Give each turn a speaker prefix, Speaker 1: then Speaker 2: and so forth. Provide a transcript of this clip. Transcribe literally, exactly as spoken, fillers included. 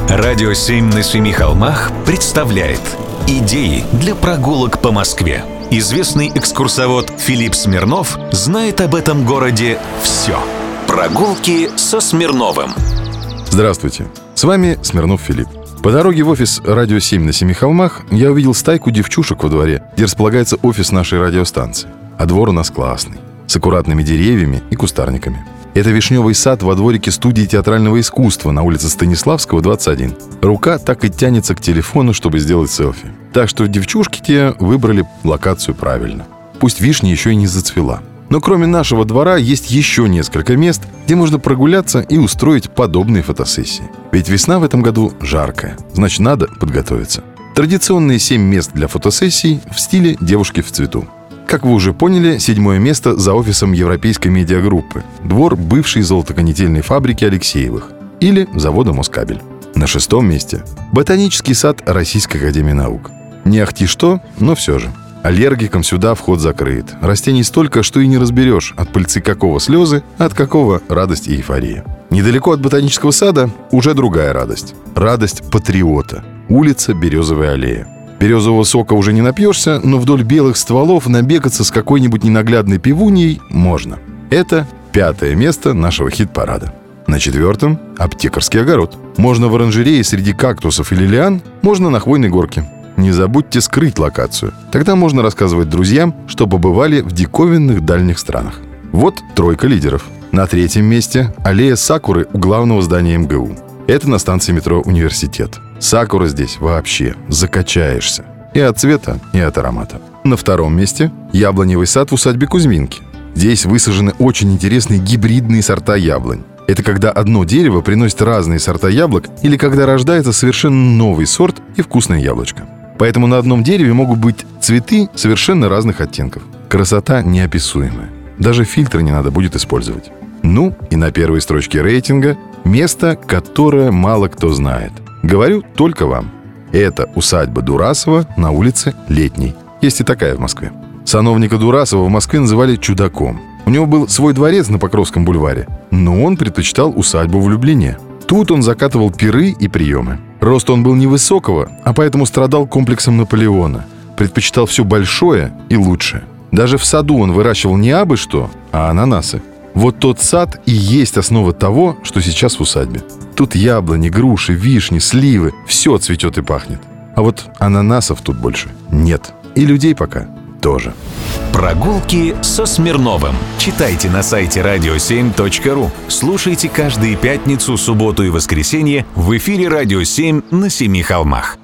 Speaker 1: Радио семь на семи холмах представляет идеи для прогулок по Москве. Известный экскурсовод Филипп Смирнов знает об этом городе все. Прогулки со Смирновым.
Speaker 2: Здравствуйте, с вами Смирнов Филипп. По дороге в офис «Радио семь на семи холмах» я увидел стайку девчушек во дворе, где располагается офис нашей радиостанции. А двор у нас классный, с аккуратными деревьями и кустарниками. Это вишневый сад во дворике студии театрального искусства на улице Станиславского, двадцать один. Рука так и тянется к телефону, чтобы сделать селфи. Так что девчушки те выбрали локацию правильно. Пусть вишня еще и не зацвела. Но кроме нашего двора есть еще несколько мест, где можно прогуляться и устроить подобные фотосессии. Ведь весна в этом году жаркая, значит, надо подготовиться. Традиционные семь мест для фотосессий в стиле «девушки в цвету». Как вы уже поняли, седьмое место за офисом Европейской медиагруппы. Двор бывшей золотоконетельной фабрики Алексеевых или завода «Москабель». На шестом месте ботанический сад Российской академии наук. Не ахти что, но все же. Аллергикам сюда вход закрыт. Растений столько, что и не разберешь, от пыльцы какого слезы, а от какого радость и эйфория. Недалеко от ботанического сада уже другая радость. Радость патриота. Улица Березовая аллея. Березового сока уже не напьешься, но вдоль белых стволов набегаться с какой-нибудь ненаглядной пивуньей можно. Это пятое место нашего хит-парада. На четвертом – аптекарский огород. Можно в оранжерее среди кактусов или лиан, можно на хвойной горке. Не забудьте скрыть локацию. Тогда можно рассказывать друзьям, что побывали в диковинных дальних странах. Вот тройка лидеров. На третьем месте – аллея сакуры у главного здания эм гэ у. Это на станции метро «Университет». Сакура здесь вообще закачаешься. И от цвета, и от аромата. На втором месте – яблоневый сад в усадьбе Кузьминки. Здесь высажены очень интересные гибридные сорта яблонь. Это когда одно дерево приносит разные сорта яблок или когда рождается совершенно новый сорт и вкусное яблочко. Поэтому на одном дереве могут быть цветы совершенно разных оттенков. Красота неописуемая. Даже фильтры не надо будет использовать. Ну, и на первой строчке рейтинга место, которое мало кто знает. Говорю только вам. Это усадьба Дурасова на улице Летней. Есть и такая в Москве. Сановника Дурасова в Москве называли чудаком. У него был свой дворец на Покровском бульваре, но он предпочитал усадьбу в Люблине. Тут он закатывал пиры и приемы. Рост он был невысокого, а поэтому страдал комплексом Наполеона. Предпочитал все большое и лучшее. Даже в саду он выращивал не абы что, а ананасы. Вот тот сад и есть основа того, что сейчас в усадьбе. Тут яблони, груши, вишни, сливы. Все цветет и пахнет. А вот ананасов тут больше нет. И людей пока тоже.
Speaker 1: Прогулки со Смирновым. Читайте на сайте радио семь точка ру. Слушайте каждые пятницу, субботу и воскресенье в эфире «Радио семь на семи холмах».